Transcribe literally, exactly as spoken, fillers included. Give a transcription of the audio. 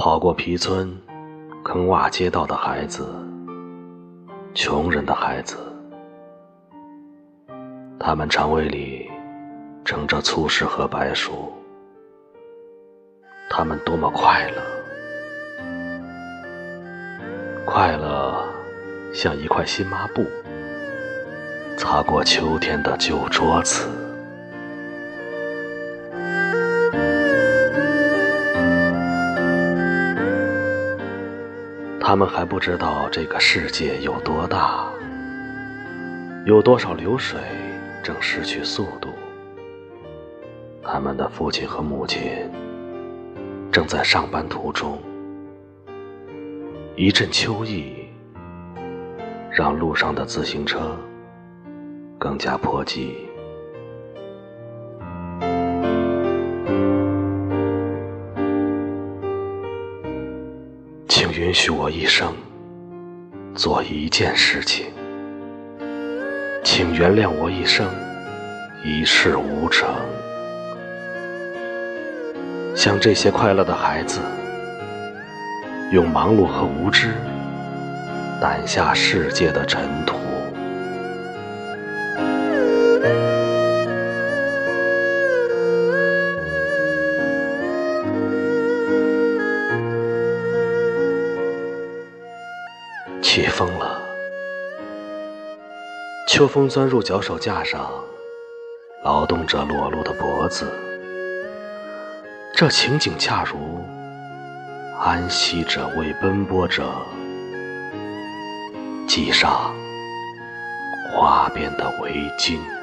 跑过皮村坑洼街道的孩子，穷人的孩子，他们肠胃里盛着粗食和白薯，他们多么快乐，快乐像一块新抹布，擦过秋天的旧桌子。他们还不知道这个世界有多大，有多少流水正失去速度。他们的父亲和母亲正在上班途中，一阵秋意让路上的自行车更加迫急。请允许我一生做一件事情，请原谅我一生一事无成。像这些快乐的孩子，用忙碌和无知掸下世界的尘土。起风了，秋风钻入脚手架上，劳动者裸露的脖子。这情景恰如安息者为奔波者系上花边的围巾。